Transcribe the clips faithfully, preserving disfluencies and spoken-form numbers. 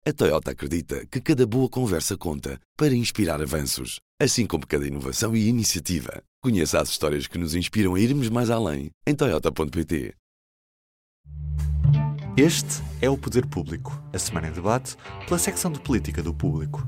A Toyota acredita que cada boa conversa conta para inspirar avanços, assim como cada inovação e iniciativa. Conheça as histórias que nos inspiram a irmos mais além em toyota ponto pt. Este é o Poder Público, a semana em debate pela secção de política do Público.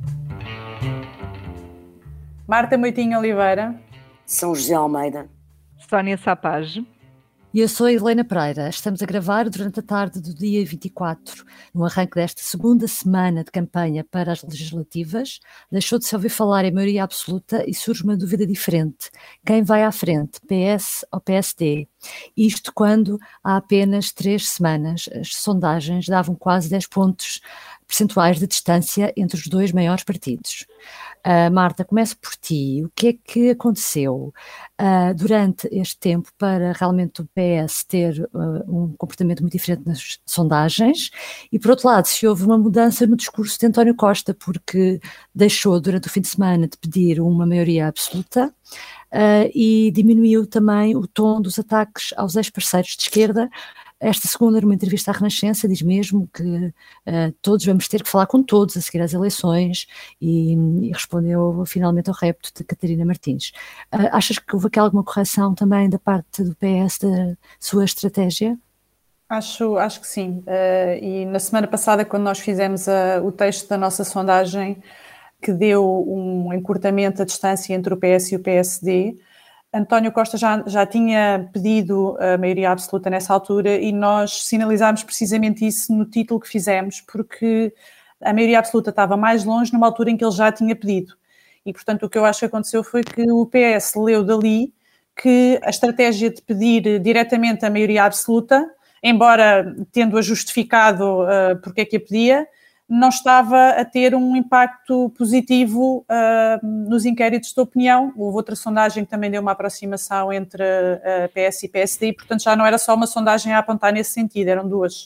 Marta Moitinho Oliveira, São José Almeida, Sónia Sapage. E eu sou a Helena Pereira. Estamos a gravar durante a tarde do dia vinte e quatro, no arranque desta segunda semana de campanha para as legislativas. Deixou de se ouvir falar em maioria absoluta e surge uma dúvida diferente. Quem vai à frente, P S ou P S D? Isto quando há apenas três semanas as sondagens davam quase dez pontos percentuais de distância entre os dois maiores partidos. Uh, Marta, começo por ti. O que é que aconteceu uh, durante este tempo para realmente o P S ter uh, um comportamento muito diferente nas sondagens? E, por outro lado, se houve uma mudança no discurso de António Costa, porque deixou durante o fim de semana de pedir uma maioria absoluta uh, e diminuiu também o tom dos ataques aos ex-parceiros de esquerda. Esta segunda, numa entrevista à Renascença, diz mesmo que uh, todos vamos ter que falar com todos a seguir às eleições e, e respondeu finalmente ao repto de Catarina Martins. Uh, achas que houve aqui alguma correção também da parte do P S da sua estratégia? Acho, acho que sim. Uh, e na semana passada, quando nós fizemos uh, o texto da nossa sondagem, que deu um encurtamento da distância entre o P S e o P S D, António Costa já, já tinha pedido a maioria absoluta nessa altura e nós sinalizámos precisamente isso no título que fizemos, porque a maioria absoluta estava mais longe numa altura em que ele já tinha pedido. E, portanto, o que eu acho que aconteceu foi que o P S leu dali que a estratégia de pedir diretamente a maioria absoluta, embora tendo-a justificado uh, porque é que a pedia, não estava a ter um impacto positivo uh, nos inquéritos de opinião. Houve outra sondagem que também deu uma aproximação entre uh, P S e P S D e, portanto, já não era só uma sondagem a apontar nesse sentido, eram duas.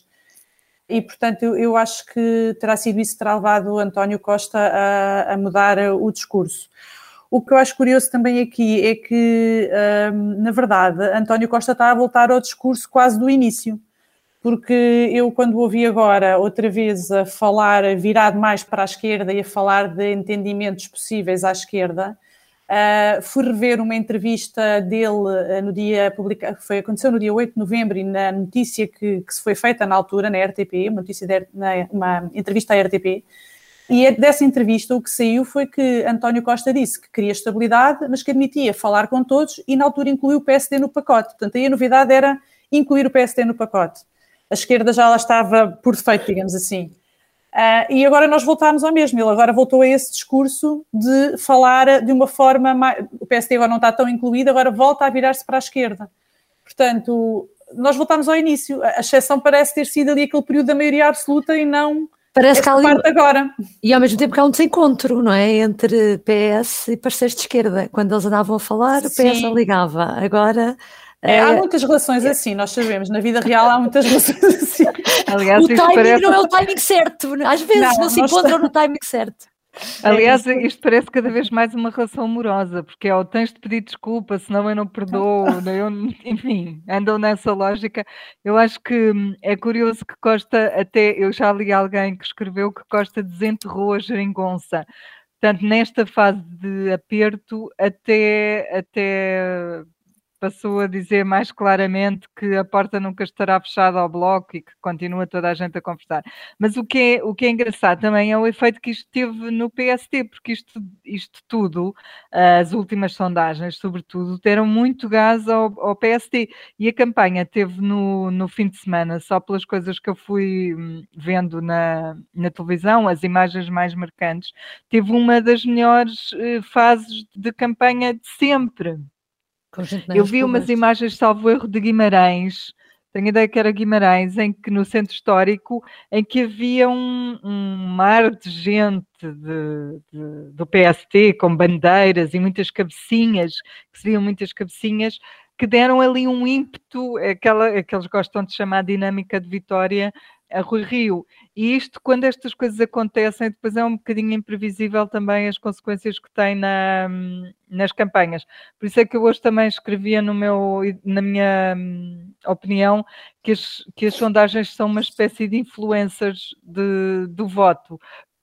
E, portanto, eu, eu acho que terá sido isso que terá levado António Costa a, a mudar o discurso. O que eu acho curioso também aqui é que, uh, na verdade, António Costa está a voltar ao discurso quase do início. Porque eu, quando ouvi agora outra vez a falar virado mais para a esquerda e a falar de entendimentos possíveis à esquerda, uh, fui rever uma entrevista dele uh, no dia publicado, foi, aconteceu no dia oito de novembro, e na notícia que, que se foi feita na altura, na R T P, uma, notícia de, na, uma entrevista à R T P, e dessa entrevista o que saiu foi que António Costa disse que queria estabilidade, mas que admitia falar com todos e na altura incluiu o P S D no pacote. Portanto, aí a novidade era incluir o P S D no pacote. A esquerda já lá estava por defeito, digamos assim. Uh, e agora nós voltámos ao mesmo. Ele agora voltou a esse discurso de falar de uma forma mais... O P S D agora não está tão incluído, agora volta a virar-se para a esquerda. Portanto, nós voltámos ao início. A exceção parece ter sido ali aquele período da maioria absoluta e não parece que há ali... parte agora. E ao mesmo tempo que há um desencontro, não é? Entre P S e parceiros de esquerda. Quando eles andavam a falar, o P S não ligava. Agora... É, há muitas relações assim, nós sabemos, na vida real há muitas relações assim. Aliás, o timing parece... não é o timing certo, às vezes não, não se encontram está... no timing certo. Aliás, isto parece cada vez mais uma relação amorosa, porque é o tens de pedir desculpa, senão eu não perdoo, eu, enfim, andam nessa lógica. Eu acho que é curioso que Costa, até eu já li alguém que escreveu que Costa desenterrou a geringonça. Portanto, nesta fase de aperto, até... até passou a dizer mais claramente que a porta nunca estará fechada ao Bloco e que continua toda a gente a conversar. Mas o que é, o que é engraçado também é o efeito que isto teve no P S D, porque isto, isto tudo, as últimas sondagens, sobretudo, deram muito gás ao, ao P S D. E a campanha teve no, no fim de semana, só pelas coisas que eu fui vendo na, na televisão, as imagens mais marcantes, teve uma das melhores eh, fases de campanha de sempre. Eu vi umas imagens, salvo erro, de Guimarães, tenho a ideia que era Guimarães, em que no centro histórico, em que havia um, um mar de gente de, de, do P S D, com bandeiras e muitas cabecinhas, que se viam muitas cabecinhas, que deram ali um ímpeto, aquela, aqueles gostam de chamar dinâmica de vitória, a Rui Rio. E isto, quando estas coisas acontecem, depois é um bocadinho imprevisível também as consequências que tem na, nas campanhas. Por isso é que eu hoje também escrevia no meu, na minha hum, opinião que as, que as sondagens são uma espécie de influencers de, do voto,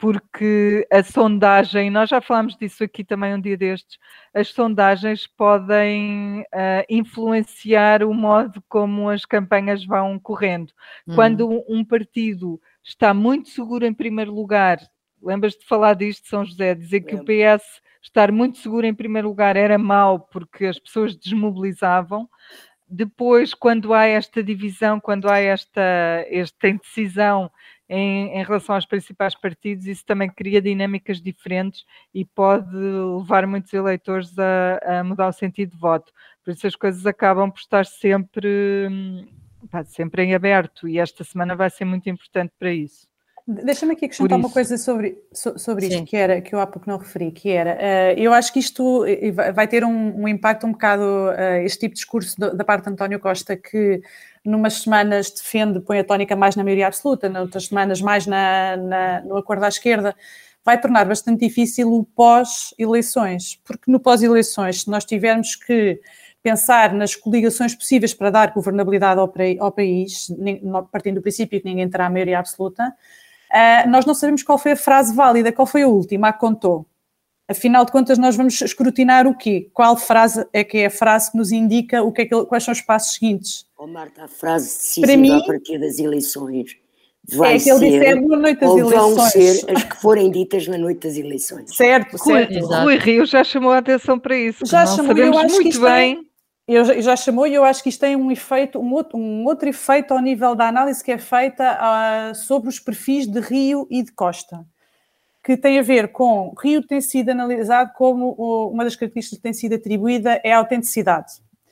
porque a sondagem, nós já falámos disso aqui também um dia destes, as sondagens podem uh, influenciar o modo como as campanhas vão correndo. Uhum. Quando um partido está muito seguro em primeiro lugar, lembras-te de falar disto, São José, dizer que o P S estar muito seguro em primeiro lugar era mau porque as pessoas desmobilizavam. Depois, quando há esta divisão, quando há esta, esta indecisão em, em relação aos principais partidos, isso também cria dinâmicas diferentes e pode levar muitos eleitores a, a mudar o sentido de voto. Por isso as coisas acabam por estar sempre, pá, sempre em aberto, e esta semana vai ser muito importante para isso. Deixa-me aqui acrescentar uma coisa sobre, sobre isto, que, era, que eu há pouco não referi, que era, uh, eu acho que isto vai ter um, um impacto um bocado, uh, este tipo de discurso do, da parte de António Costa, que numas semanas defende, põe a tónica mais na maioria absoluta, noutras semanas mais na, na, no acordo à esquerda, vai tornar bastante difícil o pós-eleições, porque no pós-eleições, se nós tivermos que pensar nas coligações possíveis para dar governabilidade ao, ao país, partindo do princípio que ninguém terá a maioria absoluta, Uh, nós não sabemos qual foi a frase válida, qual foi a última, a que contou. Afinal de contas, nós vamos escrutinar o quê? Qual frase é que é a frase que nos indica o que é que, quais são os passos seguintes? Oh, Marta, a frase decisiva para mim, a partir das eleições vai é que ele ser, disse, é na noite das ou eleições. Vão ser as que forem ditas na noite das eleições. Certo, certo. Rui, Rui Rio já chamou a atenção para isso. Já não chamou, sabemos eu acho muito que bem... Tem... Eu já, já chamou e eu acho que isto tem um efeito, um outro, um outro efeito ao nível da análise que é feita uh, sobre os perfis de Rio e de Costa, que tem a ver com, Rio tem sido analisado como o, uma das características que tem sido atribuída é a autenticidade.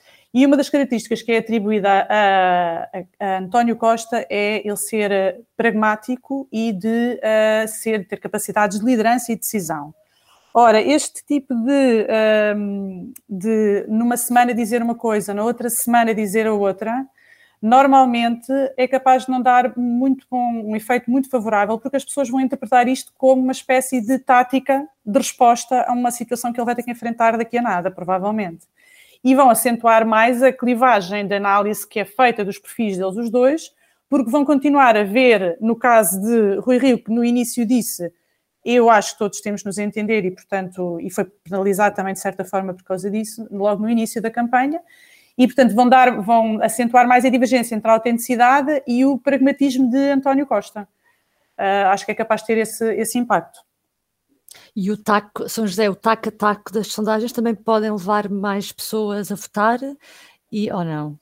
E uma das características que é atribuída a, a, a António Costa é ele ser uh, pragmático e de uh, ser, ter capacidades de liderança e decisão. Ora, este tipo de, de, numa semana dizer uma coisa, na outra semana dizer a outra, normalmente é capaz de não dar muito bom, um efeito muito favorável, porque as pessoas vão interpretar isto como uma espécie de tática de resposta a uma situação que ele vai ter que enfrentar daqui a nada, provavelmente. E vão acentuar mais a clivagem de análise que é feita dos perfis deles os dois, porque vão continuar a ver, no caso de Rui Rio, que no início disse... Eu acho que todos temos de nos entender e, portanto, e foi penalizado também de certa forma por causa disso, logo no início da campanha, e, portanto, vão, dar, vão acentuar mais a divergência entre a autenticidade e o pragmatismo de António Costa. Uh, acho que é capaz de ter esse, esse impacto. E o taco, São José, o taco-a-taco das sondagens também podem levar mais pessoas a votar, e, ou não?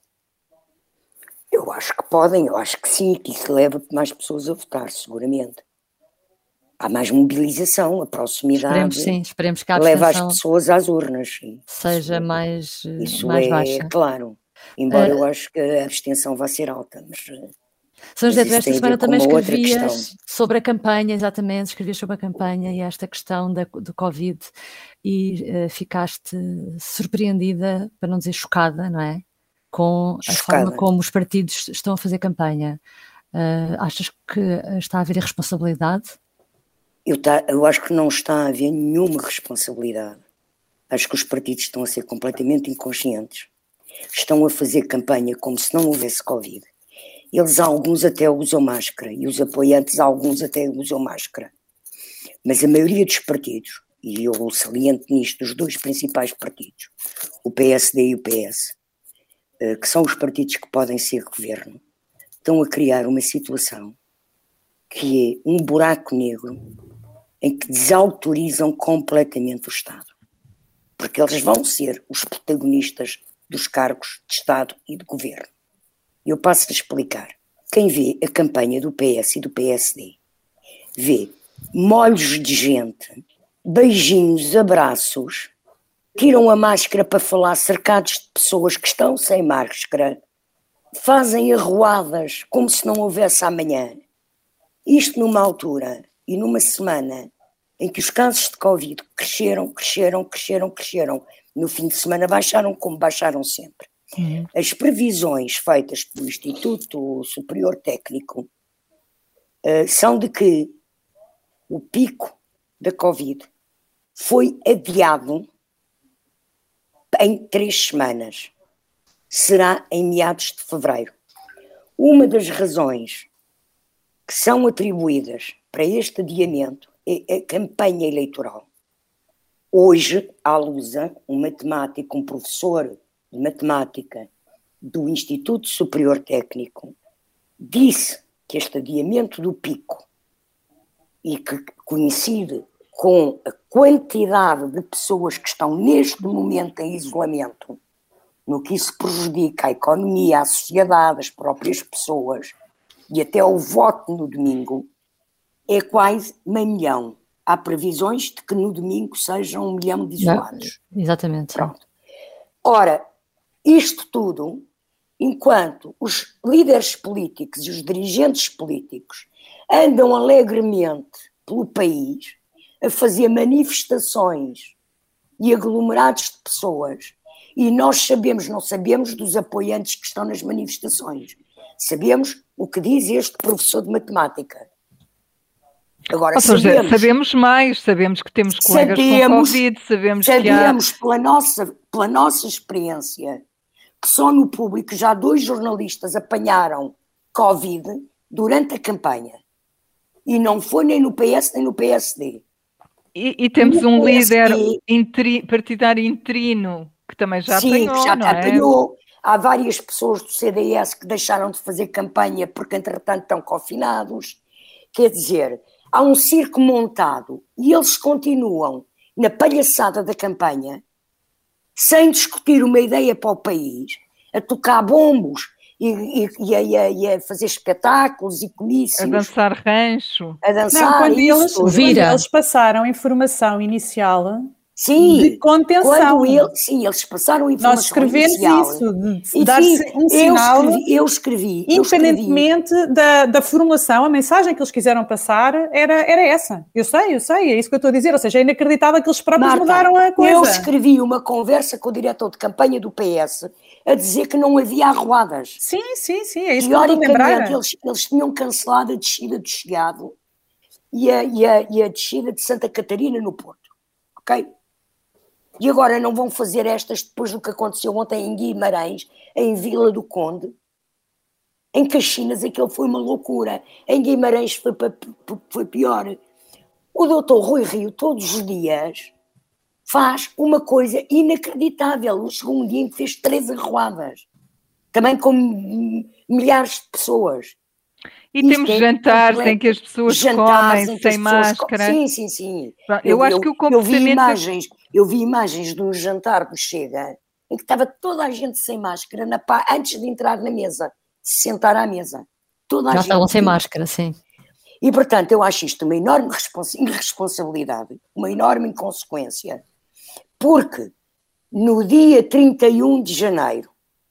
Eu acho que podem, eu acho que sim, que isso leva mais pessoas a votar, seguramente. Há mais mobilização, a proximidade. Esperemos, sim, esperemos que a leva as pessoas às urnas. Sim. Seja isso, mais, isso mais é, baixa. Claro. Embora uh, eu acho que a abstenção vai ser alta. Mas, São José, tu esta semana também escrevias sobre a campanha, exatamente, escrevias sobre a campanha e esta questão da, do Covid e uh, ficaste surpreendida, para não dizer chocada, não é? Com a chocada. forma como os partidos estão a fazer campanha. Uh, achas que está a haver irresponsabilidade? Eu, tá, eu acho que não está a haver nenhuma responsabilidade. Acho que os partidos estão a ser completamente inconscientes. Estão a fazer campanha como se não houvesse Covid. Eles, alguns até usam máscara, e os apoiantes, alguns até usam máscara. Mas a maioria dos partidos, e eu saliento nisto dos dois principais partidos, o P S D e o P S, que são os partidos que podem ser governo, estão a criar uma situação que é um buraco negro em que desautorizam completamente o Estado. Porque eles vão ser os protagonistas dos cargos de Estado e de Governo. Eu passo a explicar. Quem vê a campanha do P S e do P S D vê molhos de gente, beijinhos, abraços, tiram a máscara para falar cercados de pessoas que estão sem máscara, fazem arruadas como se não houvesse amanhã. Isto numa altura e numa semana em que os casos de Covid cresceram, cresceram, cresceram, cresceram. No fim de semana baixaram como baixaram sempre. Uhum. As previsões feitas pelo Instituto Superior Técnico uh, são de que o pico da Covid foi adiado em três semanas. Será em meados de fevereiro. Uma das razões que são atribuídas para este adiamento é a campanha eleitoral. Hoje, à Lusa, um matemático, um professor de matemática do Instituto Superior Técnico, disse que este adiamento do pico, e que coincide com a quantidade de pessoas que estão neste momento em isolamento, no que isso prejudica a economia, a sociedade, as próprias pessoas, e até o voto no domingo, é quase meio milhão. Há previsões de que no domingo sejam um milhão de isolados. Não, exatamente. Pronto. Ora, isto tudo, enquanto os líderes políticos e os dirigentes políticos andam alegremente pelo país a fazer manifestações e aglomerados de pessoas, e nós sabemos, não sabemos dos apoiantes que estão nas manifestações, sabemos o que diz este professor de matemática. Agora, oh, sabemos, sabemos mais, sabemos que temos colegas sabemos, com Covid, sabemos, sabemos que há... pela nossa, pela nossa experiência, que só no público já dois jornalistas apanharam Covid durante a campanha. E não foi nem no P S nem no P S D. E, e temos um P S D, líder interi, partidário interino que também já sim, apanhou, que já não apanhou. É? Há várias pessoas do C D S que deixaram de fazer campanha porque, entretanto, estão confinados. Quer dizer, há um circo montado e eles continuam na palhaçada da campanha, sem discutir uma ideia para o país, a tocar bombos e, e, e, a, e a fazer espetáculos e comícios. A dançar rancho. A dançar. Não, quando, eles, tudo. quando eles passaram a informação inicial, sim, de contenção. Quando ele, sim, eles passaram a informação Nós escrevemos inicial. isso, de, de E, dar sim, um eu sinal, escrevi, eu escrevi, independentemente eu escrevi. Da, da formulação, a mensagem que eles quiseram passar era, era essa. Eu sei, eu sei, é isso que eu estou a dizer. Ou seja, é inacreditável que eles próprios Marta, mudaram a coisa. Eu escrevi uma conversa com o diretor de campanha do P S a dizer que não havia arruadas. Sim, sim, sim, é isso que eu estou a lembrar. Teoricamente, eles, eles tinham cancelado a descida do Chegado e a, e, a, e a descida de Santa Catarina no Porto. Ok? E agora não vão fazer estas depois do que aconteceu ontem em Guimarães, em Vila do Conde. Em Caxinas aquilo foi uma loucura. Em Guimarães foi, foi pior. O doutor Rui Rio, todos os dias, faz uma coisa inacreditável. Chegou um dia em que fez três arruadas. Também com milhares de pessoas. E Isto temos é jantares completo. em que as pessoas Jantares comem em que as sem pessoas máscara. Com... Sim, sim, sim. Eu, eu acho eu, que o eu vi comportamento... imagens, eu vi imagens de um jantar do Chega em que estava toda a gente sem máscara na pá, antes de entrar na mesa, se sentar à mesa. Toda a Já gente estavam sem máscara, sim. E, portanto, eu acho isto uma enorme respons- irresponsabilidade, uma enorme inconsequência, porque no dia trinta e um de janeiro,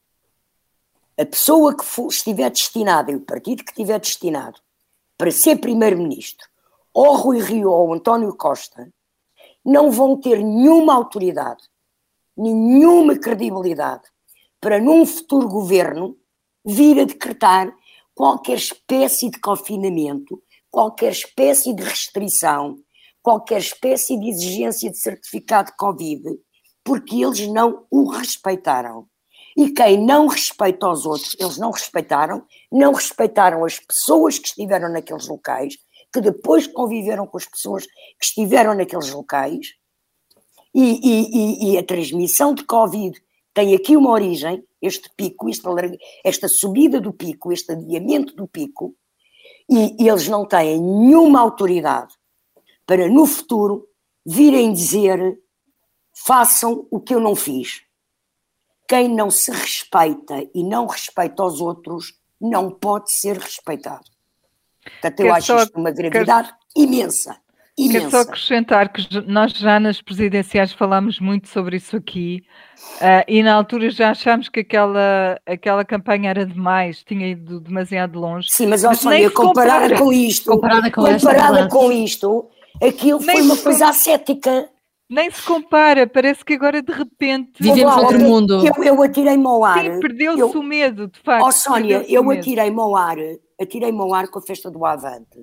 a pessoa que for, estiver destinada, e o partido que estiver destinado para ser primeiro-ministro, ou Rui Rio ou António Costa, não vão ter nenhuma autoridade, nenhuma credibilidade para num futuro governo vir a decretar qualquer espécie de confinamento, qualquer espécie de restrição, qualquer espécie de exigência de certificado de Covid, porque eles não o respeitaram. E quem não respeita os outros, eles não respeitaram, não respeitaram as pessoas que estiveram naqueles locais, que depois conviveram com as pessoas que estiveram naqueles locais, e, e, e, e a transmissão de Covid tem aqui uma origem, este pico, esta, esta subida do pico, este adiamento do pico, e, e eles não têm nenhuma autoridade para no futuro virem dizer façam o que eu não fiz. Quem não se respeita e não respeita os outros não pode ser respeitado. Portanto, eu Quero acho só- isto uma gravidade imensa. Quero só Imensa. acrescentar que j- nós já nas presidenciais falámos muito sobre isso aqui, ah, e na altura já achámos que aquela, aquela campanha era demais, tinha ido demasiado longe. Sim, mas, ó, Mas nem Sónia, se comparada compara. com isto, Comparada com esta, comparada verdade. com isto, aquilo Nem foi uma se coisa ascética. Nem se compara, parece que agora de repente... Vivemos Olá, outro eu, mundo. Eu, eu atirei-me ao ar. Sim, perdeu-se eu, o medo, de facto. Ó Sónia, eu atirei-me ao ar, atirei-me ao ar com a festa do Avante.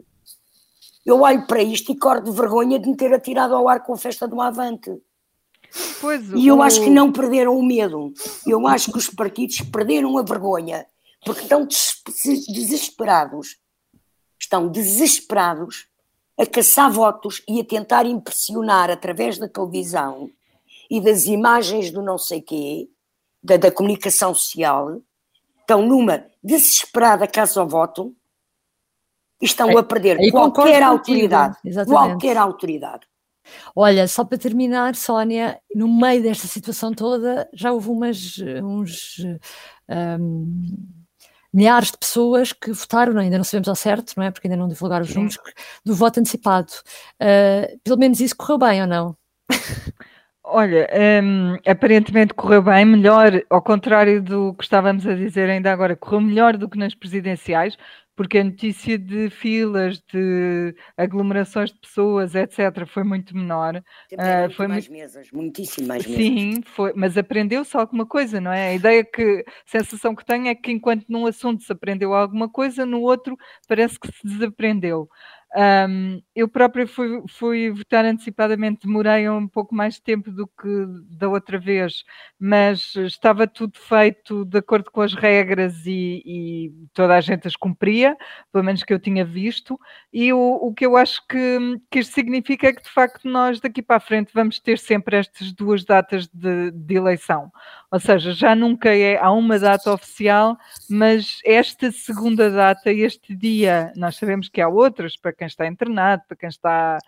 Eu olho para isto e corro de vergonha de me ter atirado ao ar com a festa do Avante. Pois, e eu o... acho que não perderam o medo. Eu acho que os partidos perderam a vergonha, porque estão des- desesperados. Estão desesperados a caçar votos e a tentar impressionar através da televisão e das imagens do não sei quê, da, da comunicação social. Estão numa desesperada caça ao voto e estão a perder Aí qualquer concordo autoridade. contigo, exatamente. Qualquer autoridade. Olha, só para terminar, Sónia, no meio desta situação toda, já houve umas, uns um, milhares de pessoas que votaram, ainda não sabemos ao certo, não é? Porque ainda não divulgaram os números, do voto antecipado. Uh, pelo menos isso correu bem, ou não? Olha, um, aparentemente correu bem, melhor, ao contrário do que estávamos a dizer ainda agora, correu melhor do que nas presidenciais, porque a notícia de filas, de aglomerações de pessoas, etcétera, foi muito menor. Também Uh, foi mais muito... mesas, muitíssimo mais mesas. Sim, foi, mas aprendeu-se alguma coisa, não é? A ideia que, a sensação que tenho é que enquanto num assunto se aprendeu alguma coisa, no outro parece que se desaprendeu. Um, eu própria fui, fui votar antecipadamente, demorei um pouco mais de tempo do que da outra vez, mas estava tudo feito de acordo com as regras e, e toda a gente as cumpria, pelo menos que eu tinha visto, e o, o que eu acho que, que isto significa é que de facto nós daqui para a frente vamos ter sempre estas duas datas de, de eleição, ou seja, já nunca é, há uma data oficial, mas esta segunda data, este dia, nós sabemos que há outras para quem está internado, para quem está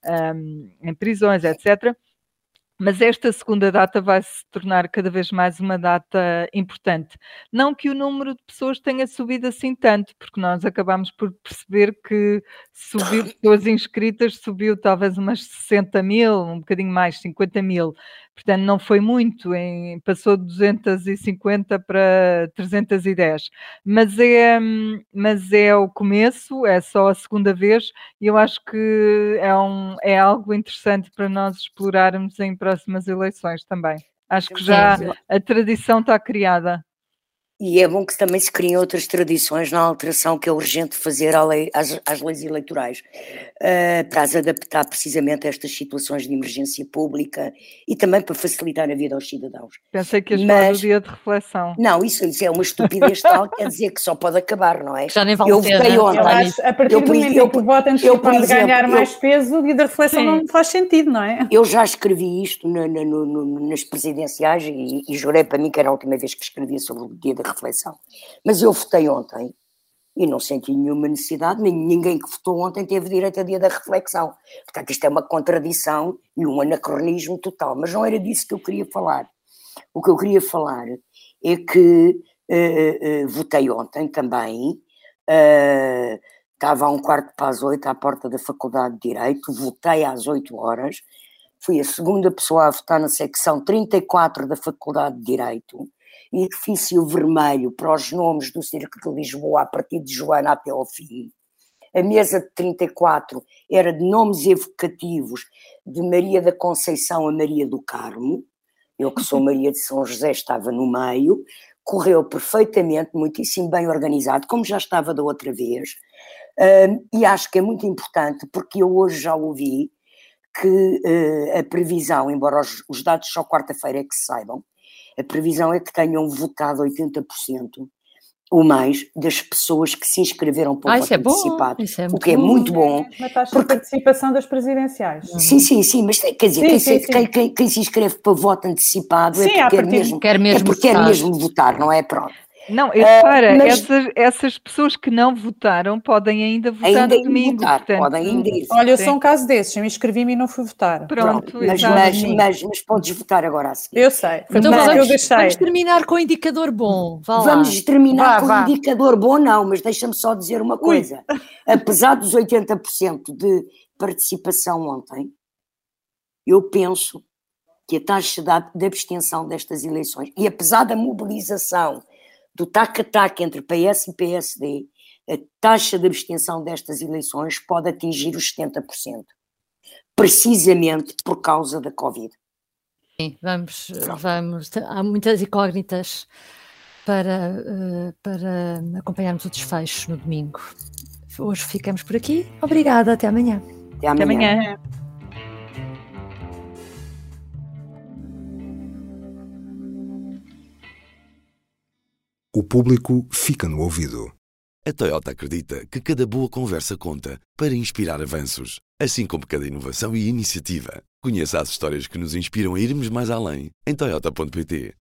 um, em prisões, etcétera. Mas esta segunda data vai se tornar cada vez mais uma data importante. Não que o número de pessoas tenha subido assim tanto, porque nós acabamos por perceber que subiu, pessoas inscritas subiu talvez umas sessenta mil, um bocadinho mais, cinquenta mil. Portanto, não foi muito, em, passou de duzentos e cinquenta para trezentos e dez. Mas é, mas é o começo, é só a segunda vez, e eu acho que é, um, é algo interessante para nós explorarmos em próximas eleições também. Acho que já a tradição está criada. E é bom que também se criem outras tradições na alteração que é urgente fazer à lei, às, às leis eleitorais, uh, para as adaptar precisamente a estas situações de emergência pública e também para facilitar a vida aos cidadãos. Pensei que ias falar do dia de reflexão. Não, isso, isso é uma estupidez tal, quer dizer que só pode acabar, não é? Já nem vale eu pena. votei ontem. Eu acho, a partir eu, do momento em que o voto antecipado ganhar eu, mais peso, o dia da reflexão sim. não faz sentido, não é? Eu já escrevi isto na, na, no, nas presidenciais e, e jurei para mim que era a última vez que escrevia sobre o dia da reflexão. Mas eu votei ontem e não senti nenhuma necessidade, nem ninguém que votou ontem teve direito a dia da reflexão. Portanto, isto é uma contradição e um anacronismo total, mas não era disso que eu queria falar. O que eu queria falar é que uh, uh, votei ontem também, uh, estava a um quarto para as oito à porta da Faculdade de Direito, votei às oito horas, fui a segunda pessoa a votar na secção trinta e quatro da Faculdade de Direito, edifício vermelho para os nomes do Circo de Lisboa a partir de Joana até ao fim. A mesa de trinta e quatro era de nomes evocativos de Maria da Conceição a Maria do Carmo. Eu que sou Maria de São José estava no meio, correu perfeitamente, muitíssimo bem organizado, como já estava da outra vez, uh, e acho que é muito importante, porque eu hoje já ouvi que uh, a previsão, embora os, os dados só quarta-feira é que se saibam, a previsão é que tenham votado oitenta por cento ou mais das pessoas que se inscreveram para o ah, voto isso é antecipado, bom, isso é o que é muito bom. Uma taxa de participação das presidenciais. Sim, sim, sim, mas quer dizer, sim, quem, sim, se, quem, sim. Quem, quem se inscreve para voto antecipado sim, é porque, quer mesmo, quer mesmo, é porque quer mesmo votar, não é? Pronto. Não, e repara, uh, mas, essas, essas pessoas que não votaram podem ainda votar ainda no domingo. Votar, portanto, podem ainda ir. Olha, eu sim. sou um caso desses, eu me inscrevi-me e não fui votar. Pronto, Pronto mas, mas, mas, mas podes votar agora a seguir. Eu sei, foi então mas, vamos, eu deixei. vamos terminar com um indicador bom. Vá vamos lá. terminar vá, com vá. um indicador bom, não, mas deixa-me só dizer uma coisa. Ui. Apesar dos oitenta por cento de participação ontem, eu penso que a taxa de abstenção destas eleições, e apesar da mobilização do tac-a-tac entre P S e P S D, a taxa de abstenção destas eleições pode atingir os setenta por cento. precisamente por causa da Covid. Sim, vamos, vamos, há muitas incógnitas para, uh, para acompanharmos o desfecho no domingo. Hoje ficamos por aqui. Obrigada, até amanhã. Até amanhã. Até amanhã. O público fica no ouvido. A Toyota acredita que cada boa conversa conta para inspirar avanços, assim como cada inovação e iniciativa. Conheça as histórias que nos inspiram a irmos mais além em toyota ponto pt.